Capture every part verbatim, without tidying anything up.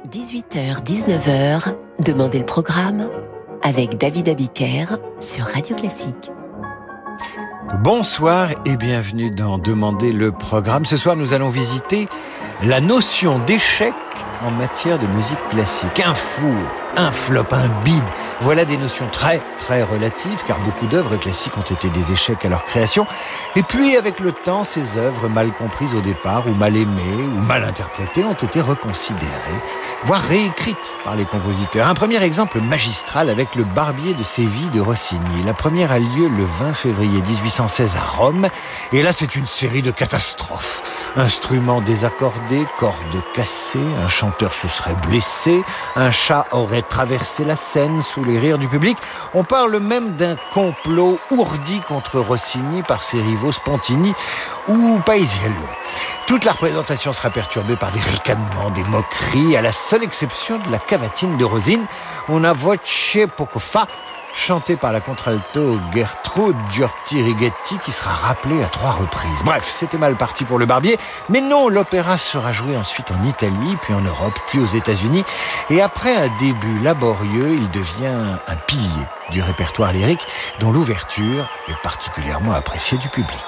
dix-huit heures dix-neuf heures, Demandez le programme avec David Abiker sur Radio Classique. Bonsoir et bienvenue dans Demandez le programme. Ce soir, nous allons visiter la notion d'échec en matière de musique classique. Un four, un flop, un bide. Voilà des notions très, très relatives, car beaucoup d'œuvres classiques ont été des échecs à leur création. Et puis, avec le temps, ces œuvres mal comprises au départ, ou mal aimées, ou mal interprétées, ont été reconsidérées, voire réécrites par les compositeurs. Un premier exemple magistral avec le Barbier de Séville de Rossini. La première a lieu le vingt février dix-huit cent seize à Rome. Et là, c'est une série de catastrophes. Instruments désaccordés, cordes cassées, un chanteur se serait blessé, un chat aurait traversé la scène sous les rires du public. On parle même d'un complot ourdi contre Rossini par ses rivaux Spontini ou Paisiello. Toute la représentation sera perturbée par des ricanements, des moqueries, à la seule exception de la cavatine de Rosine, Una voce poco fa, chantée par la contralto Gertrude Giorti-Righetti, qui sera rappelée à trois reprises. Bref, c'était mal parti pour le Barbier, mais non, l'opéra sera joué ensuite en Italie, puis en Europe, puis aux États-Unis, et après un début laborieux, il devient un pilier du répertoire lyrique, dont l'ouverture est particulièrement appréciée du public.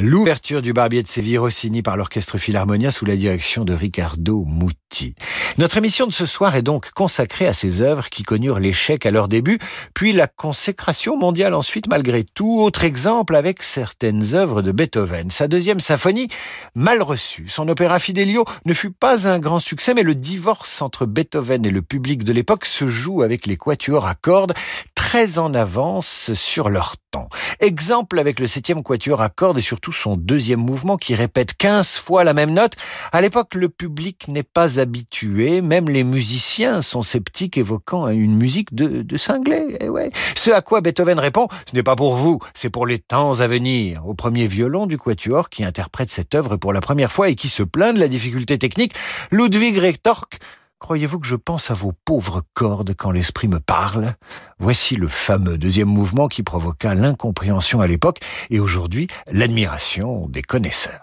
L'ouverture du Barbier de Séville, Rossini par l'Orchestre Philharmonia sous la direction de Riccardo Muti. Notre émission de ce soir est donc consacrée à ces œuvres qui connurent l'échec à leur début, puis la consécration mondiale ensuite malgré tout. Autre exemple avec certaines œuvres de Beethoven. Sa deuxième symphonie, mal reçue. Son opéra Fidelio ne fut pas un grand succès, mais le divorce entre Beethoven et le public de l'époque se joue avec les quatuors à cordes, très en avance sur leur temps. Exemple avec le septième quatuor à cordes et surtout son deuxième mouvement qui répète quinze fois la même note. À l'époque, le public n'est pas habitué, même les musiciens sont sceptiques, évoquant une musique de, de cinglé. Eh ouais. Ce à quoi Beethoven répond, ce n'est pas pour vous, c'est pour les temps à venir. Au premier violon du quatuor qui interprète cette œuvre pour la première fois et qui se plaint de la difficulté technique, Ludwig Retorque. Croyez-vous que je pense à vos pauvres cordes quand l'esprit me parle ? Voici le fameux deuxième mouvement qui provoqua l'incompréhension à l'époque et aujourd'hui l'admiration des connaisseurs.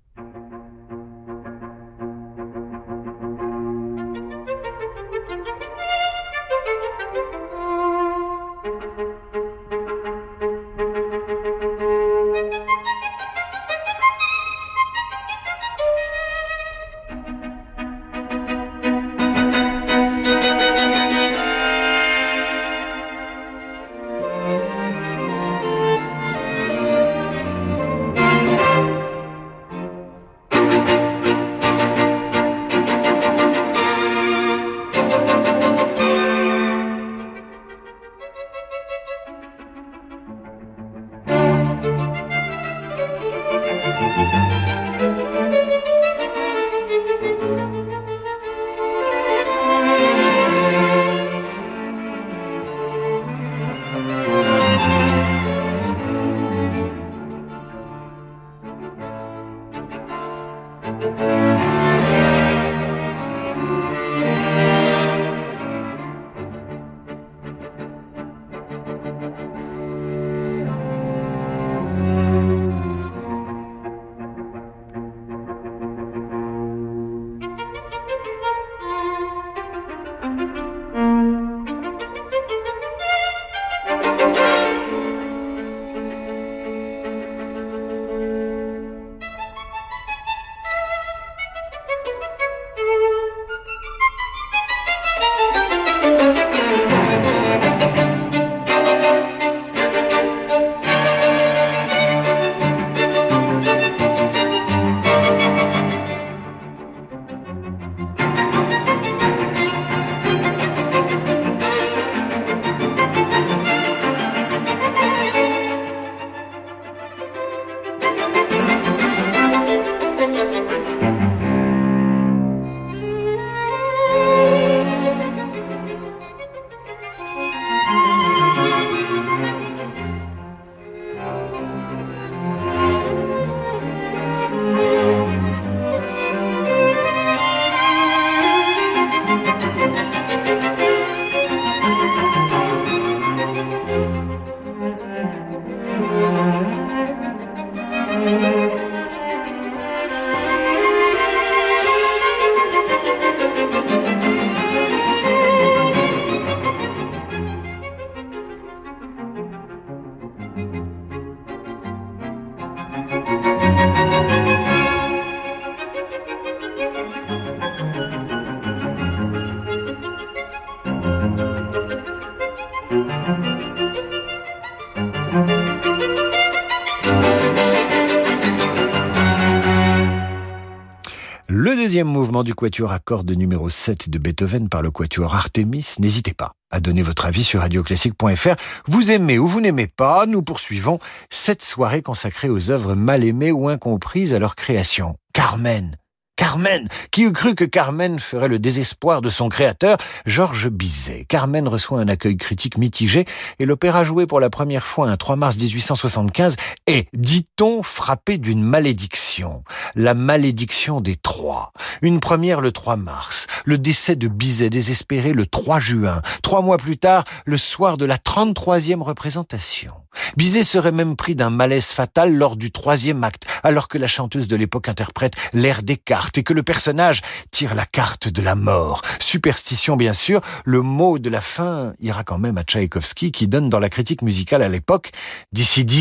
Le deuxième mouvement du quatuor à cordes numéro sept de Beethoven par le quatuor Artemis. N'hésitez pas à donner votre avis sur radio classique point f r. Vous aimez ou vous n'aimez pas, nous poursuivons cette soirée consacrée aux œuvres mal aimées ou incomprises à leur création. Carmen. Carmen, qui eût cru que Carmen ferait le désespoir de son créateur, Georges Bizet. Carmen reçoit un accueil critique mitigé et l'opéra joué pour la première fois un trois mars dix-huit cent soixante-quinze est, dit-on, frappé d'une malédiction. La malédiction des trois. Une première le trois mars, le décès de Bizet désespéré le trois juin. Trois mois plus tard, le soir de la trente-troisième représentation. Bizet serait même pris d'un malaise fatal lors du troisième acte, alors que la chanteuse de l'époque interprète l'air des cartes et que le personnage tire la carte de la mort. Superstition, bien sûr, le mot de la fin ira quand même à Tchaïkovski, qui donne dans la critique musicale à l'époque « D'ici dix ans,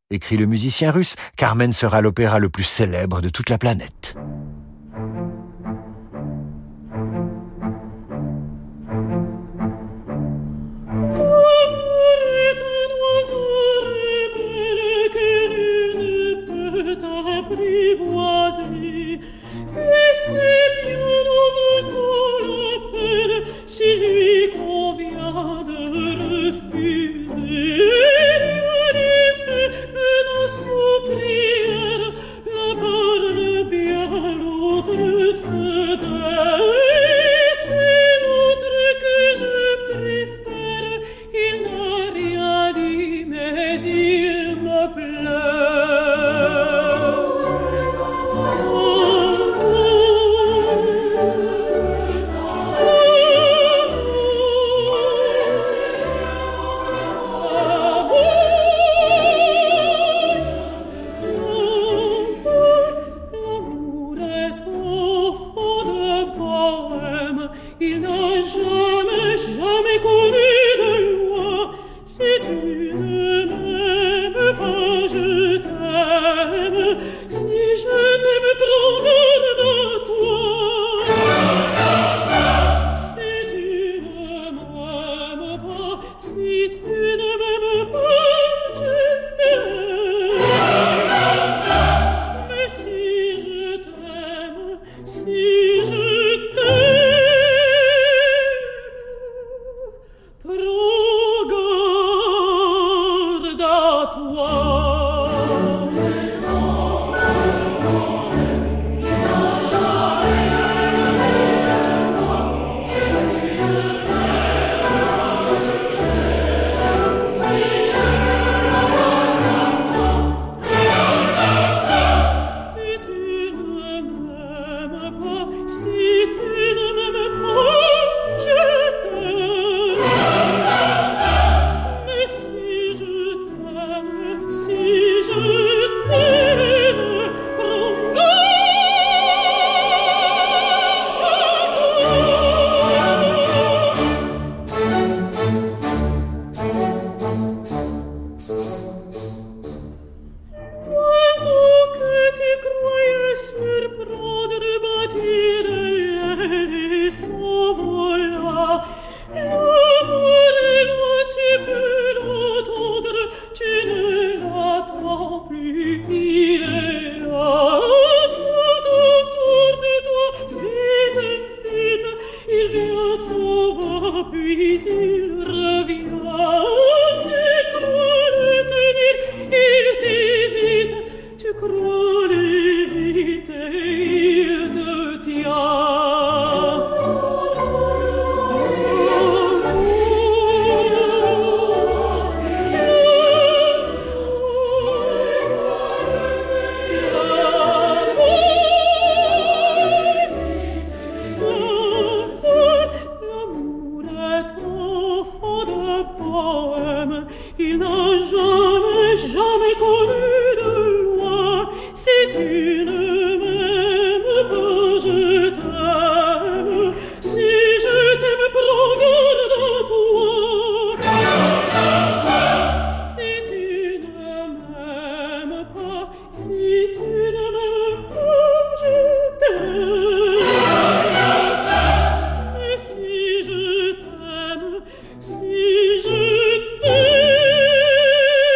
écrit le musicien russe, Carmen sera l'opéra le plus célèbre de toute la planète. Si je t'aime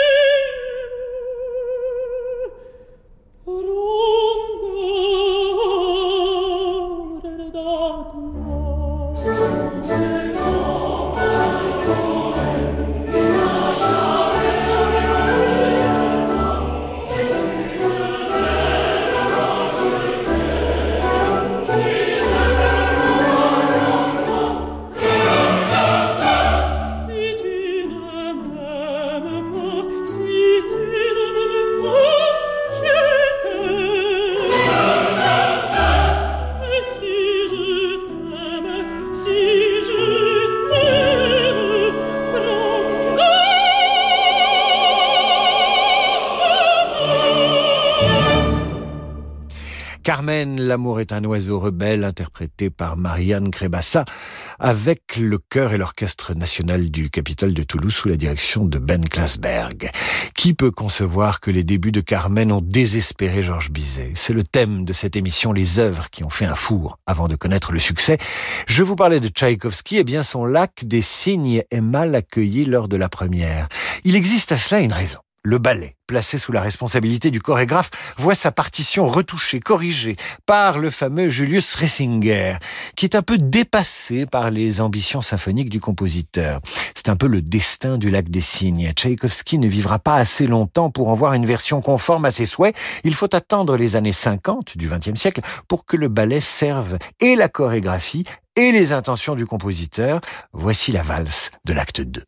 Carmen, l'amour est un oiseau rebelle, interprété par Marianne Crébassa, avec le chœur et l'orchestre national du Capitole de Toulouse sous la direction de Ben Klasberg. Qui peut concevoir que les débuts de Carmen ont désespéré Georges Bizet? C'est le thème de cette émission, les œuvres qui ont fait un four avant de connaître le succès. Je vous parlais de Tchaïkovski, et bien son Lac des cygnes est mal accueilli lors de la première. Il existe à cela une raison. Le ballet, placé sous la responsabilité du chorégraphe, voit sa partition retouchée, corrigée par le fameux Julius Ressinger, qui est un peu dépassé par les ambitions symphoniques du compositeur. C'est un peu le destin du Lac des cygnes. Tchaïkovski ne vivra pas assez longtemps pour en voir une version conforme à ses souhaits. Il faut attendre les années cinquante du vingtième siècle pour que le ballet serve et la chorégraphie et les intentions du compositeur. Voici la valse de l'acte deux.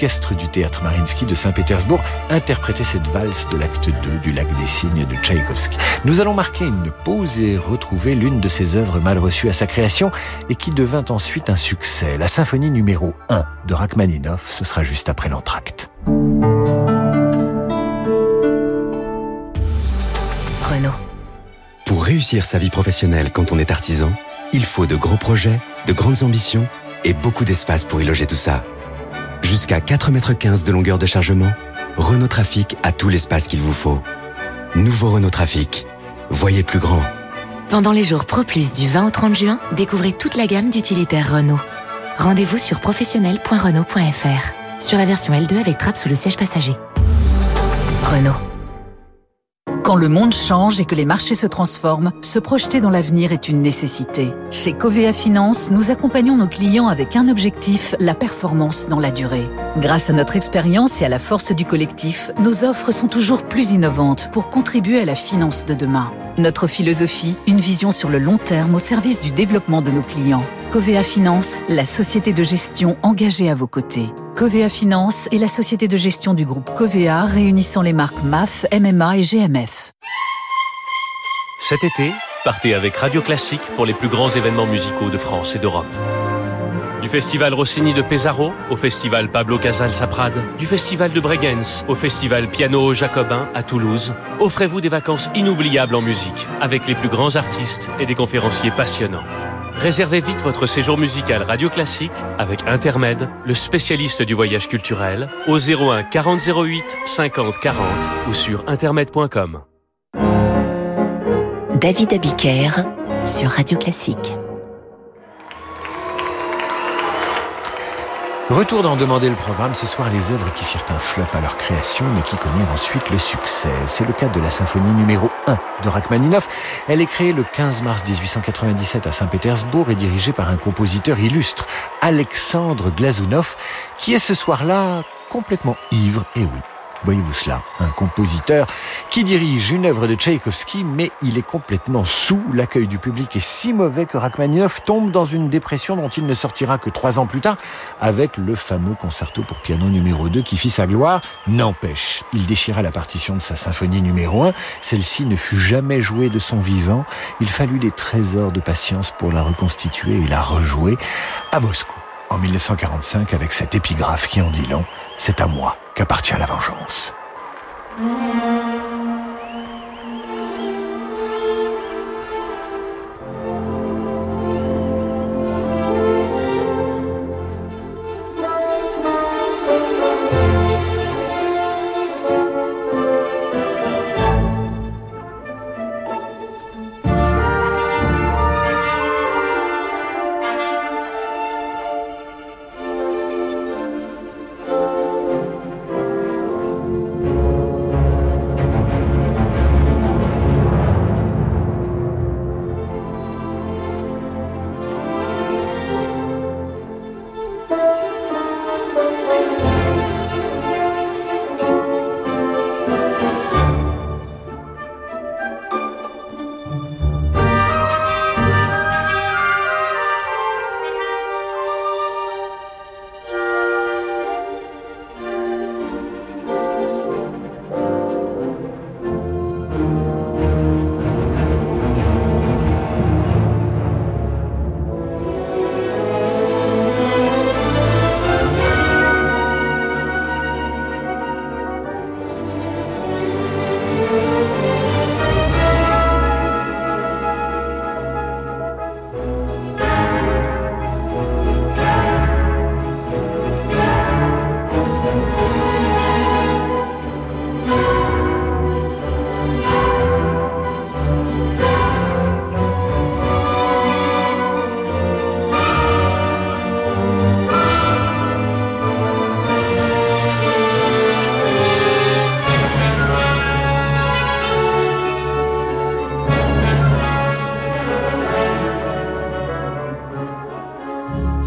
l'orchestre du théâtre Mariinsky de Saint-Pétersbourg interprétait cette valse de l'acte deux du Lac des Cygnes de Tchaïkovski. Nous allons marquer une pause et retrouver l'une de ses œuvres mal reçues à sa création et qui devint ensuite un succès, la symphonie numéro un de Rachmaninoff. Ce sera juste après l'entracte. Renault. Pour réussir sa vie professionnelle quand on est artisan, il faut de gros projets, de grandes ambitions et beaucoup d'espace pour y loger tout ça. Jusqu'à quatre mètres quinze de longueur de chargement, Renault Trafic a tout l'espace qu'il vous faut. Nouveau Renault Trafic. Voyez plus grand. Pendant les jours Pro Plus du vingt au trente juin, découvrez toute la gamme d'utilitaires Renault. Rendez-vous sur professionnel point renault point f r. Sur la version L deux avec trappe sous le siège passager. Renault. Quand le monde change et que les marchés se transforment, se projeter dans l'avenir est une nécessité. Chez Covéa Finance, nous accompagnons nos clients avec un objectif, la performance dans la durée. Grâce à notre expérience et à la force du collectif, nos offres sont toujours plus innovantes pour contribuer à la finance de demain. Notre philosophie, une vision sur le long terme au service du développement de nos clients. Covéa Finance, la société de gestion engagée à vos côtés. Covéa Finance est la société de gestion du groupe Covéa réunissant les marques M A F, M M A et G M F. Cet été, partez avec Radio Classique pour les plus grands événements musicaux de France et d'Europe. Du festival Rossini de Pesaro au festival Pablo Casals à Prades, du festival de Bregenz au festival Piano Jacobin à Toulouse, offrez-vous des vacances inoubliables en musique avec les plus grands artistes et des conférenciers passionnants. Réservez vite votre séjour musical Radio Classique avec Intermed, le spécialiste du voyage culturel, au zéro un quarante zéro huit cinquante quarante ou sur intermed point com. David Abiker sur Radio Classique. Retour d'en demander le programme, ce soir les œuvres qui firent un flop à leur création mais qui connurent ensuite le succès. C'est le cas de la symphonie numéro un de Rachmaninoff. Elle est créée le quinze mars dix-huit cent quatre-vingt-dix-sept à Saint-Pétersbourg et dirigée par un compositeur illustre, Alexandre Glazounov, qui est ce soir-là complètement ivre, et oui. Voyez-vous cela, un compositeur qui dirige une œuvre de Tchaïkovski, mais il est complètement sous. L'accueil du public est si mauvais que Rachmaninoff tombe dans une dépression dont il ne sortira que trois ans plus tard, avec le fameux concerto pour piano numéro deux qui fit sa gloire. N'empêche, il déchira la partition de sa symphonie numéro un. Celle-ci ne fut jamais jouée de son vivant. Il fallut des trésors de patience pour la reconstituer et la rejouer à Moscou en mille neuf cent quarante-cinq avec cette épigraphe qui en dit long. C'est à moi qu'appartient la vengeance.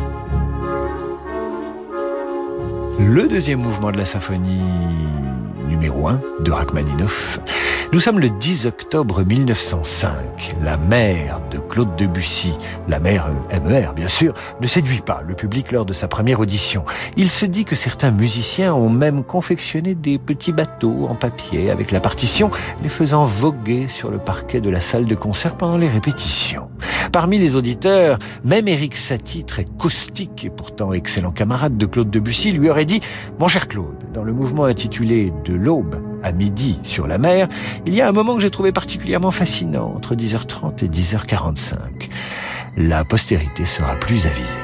Le deuxième mouvement de la symphonie numéro un de Rachmaninoff. Nous sommes le dix octobre mille neuf cent cinq. La mère de Claude Debussy, la mère M E R bien sûr, ne séduit pas le public lors de sa première audition. Il se dit que certains musiciens ont même confectionné des petits bateaux en papier avec la partition, les faisant voguer sur le parquet de la salle de concert pendant les répétitions. Parmi les auditeurs, même Erik Satie, très caustique et pourtant excellent camarade de Claude Debussy, lui aurait dit « Mon cher Claude, dans le mouvement intitulé « De l'aube à midi sur la mer », il y a un moment que j'ai trouvé particulièrement fascinant, entre dix heures trente et dix heures quarante-cinq. La postérité sera plus avisée.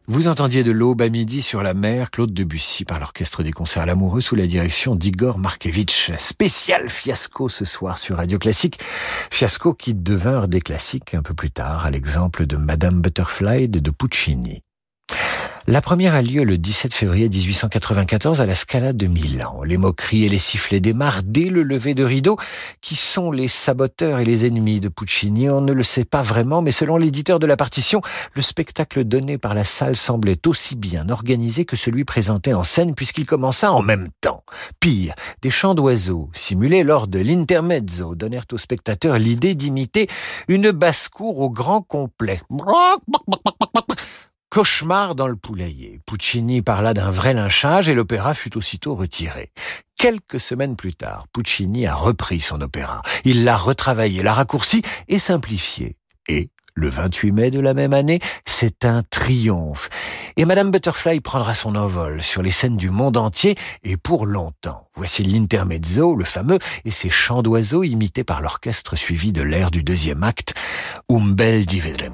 Vous entendiez de l'aube à midi sur la mer, Claude Debussy par l'Orchestre des Concerts L'Amoureux sous la direction d'Igor Markevitch. Spécial fiasco ce soir sur Radio Classique. Fiasco qui devinrent des classiques un peu plus tard, à l'exemple de Madame Butterfly de Puccini. La première a lieu le dix-sept février dix-huit cent quatre-vingt-quatorze à la Scala de Milan. Les moqueries et les sifflets démarrent dès le lever de rideau. Qui sont les saboteurs et les ennemis de Puccini? On ne le sait pas vraiment, mais selon l'éditeur de la partition, le spectacle donné par la salle semblait aussi bien organisé que celui présenté en scène puisqu'il commença en même temps. Pire, des chants d'oiseaux simulés lors de l'intermezzo donnèrent aux spectateurs l'idée d'imiter une basse-cour au grand complet. Cauchemar dans le poulailler. Puccini parla d'un vrai lynchage et l'opéra fut aussitôt retiré. Quelques semaines plus tard, Puccini a repris son opéra. Il l'a retravaillé, l'a raccourci et simplifié. Et, le vingt-huit mai de la même année, c'est un triomphe. Et Madame Butterfly prendra son envol sur les scènes du monde entier et pour longtemps. Voici l'intermezzo, le fameux, et ses chants d'oiseaux imités par l'orchestre suivi de l'air du deuxième acte, Un bel di vedremo.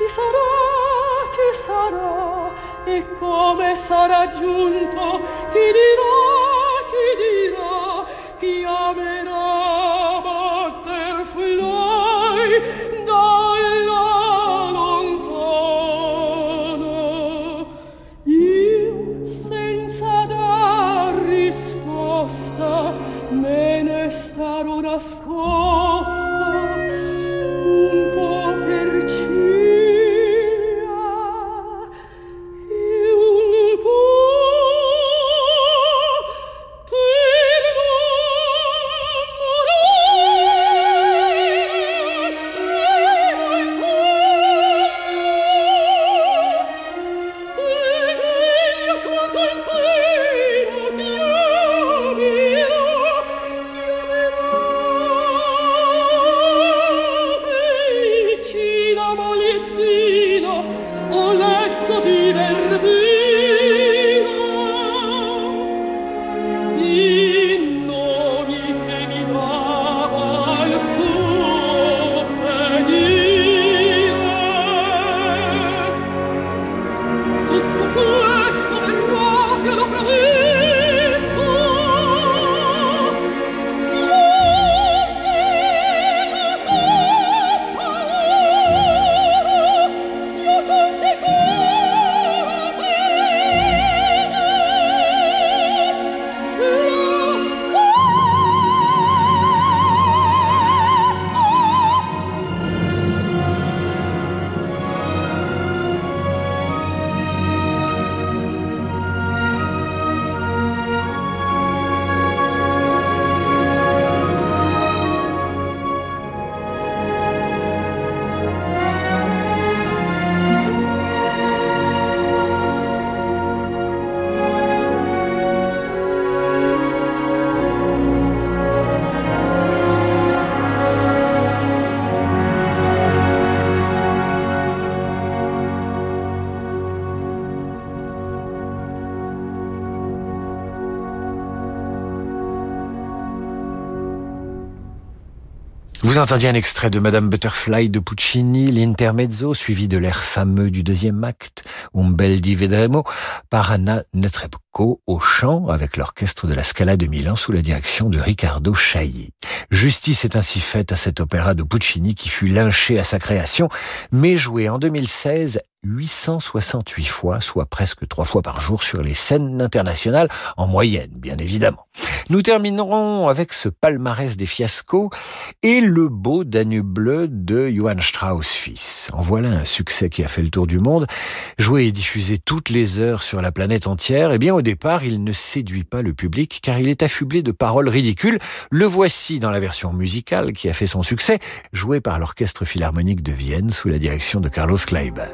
Chi sarà, chi sarà, e come sarà giunto? Chi dirà, chi dirà, chi amerà butterfly dalla lontana? Io senza dar risposta me ne starò nascosta un po' per ciglia e un po' per Vous entendiez un extrait de Madame Butterfly de Puccini, l'intermezzo, suivi de l'air fameux du deuxième acte, Un bel di vedremo, par Anna Netrebko au chant avec l'orchestre de la Scala de Milan sous la direction de Riccardo Chailly. Justice est ainsi faite à cet opéra de Puccini qui fut lynché à sa création, mais joué en deux mille seize huit cent soixante-huit fois, soit presque trois fois par jour sur les scènes internationales, en moyenne, bien évidemment. Nous terminerons avec ce palmarès des fiascos et le beau Danube bleu de Johann Strauss fils. En voilà un succès qui a fait le tour du monde. Joué et diffusé toutes les heures sur la planète entière, eh bien au départ, il ne séduit pas le public car il est affublé de paroles ridicules. Le voici dans la version musicale qui a fait son succès, joué par l'Orchestre Philharmonique de Vienne sous la direction de Carlos Kleiber.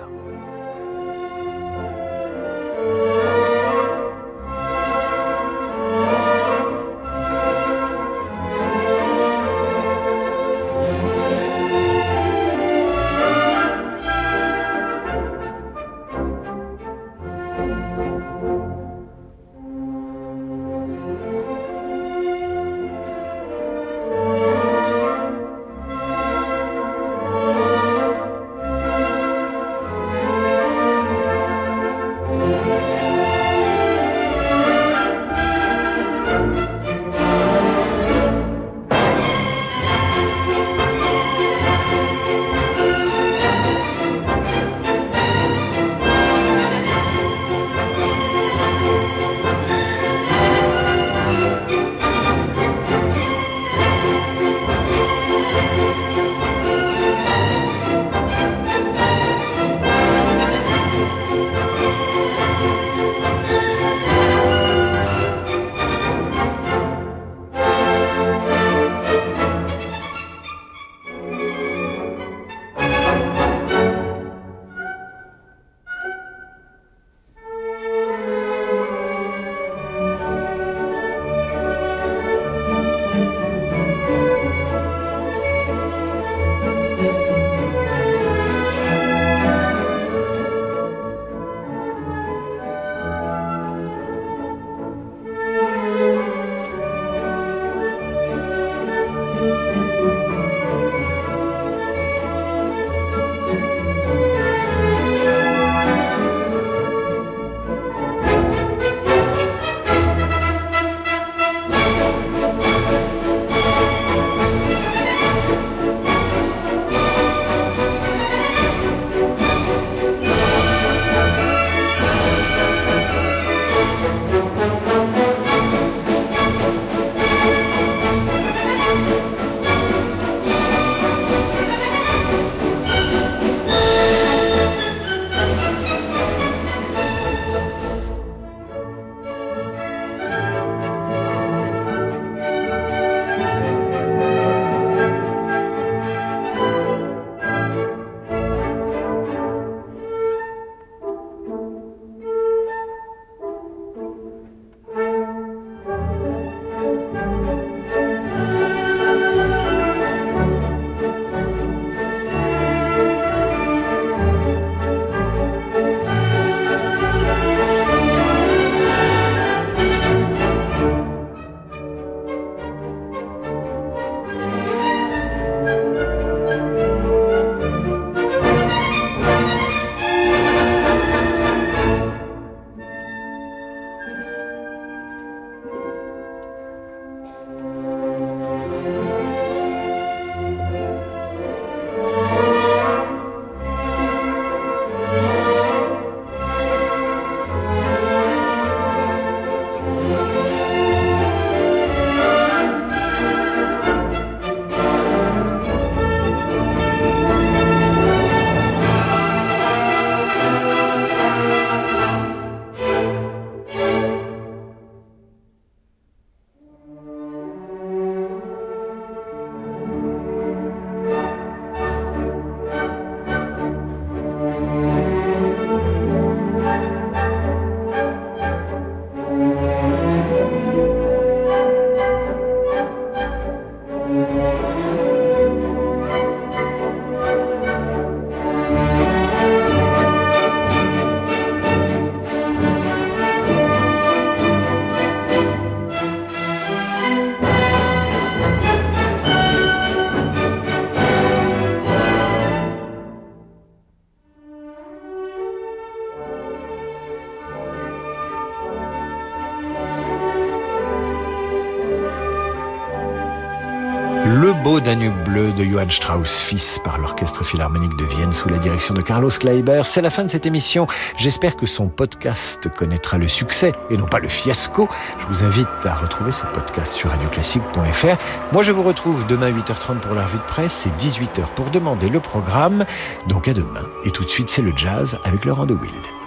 Le beau Danube bleu de Johann Strauss, fils par l'Orchestre Philharmonique de Vienne sous la direction de Carlos Kleiber. C'est la fin de cette émission. J'espère que son podcast connaîtra le succès et non pas le fiasco. Je vous invite à retrouver ce podcast sur radio classique point f r. Moi, je vous retrouve demain huit heures trente pour la revue de presse et dix-huit heures pour demander le programme. Donc à demain. Et tout de suite, c'est le jazz avec Laurent de Wild.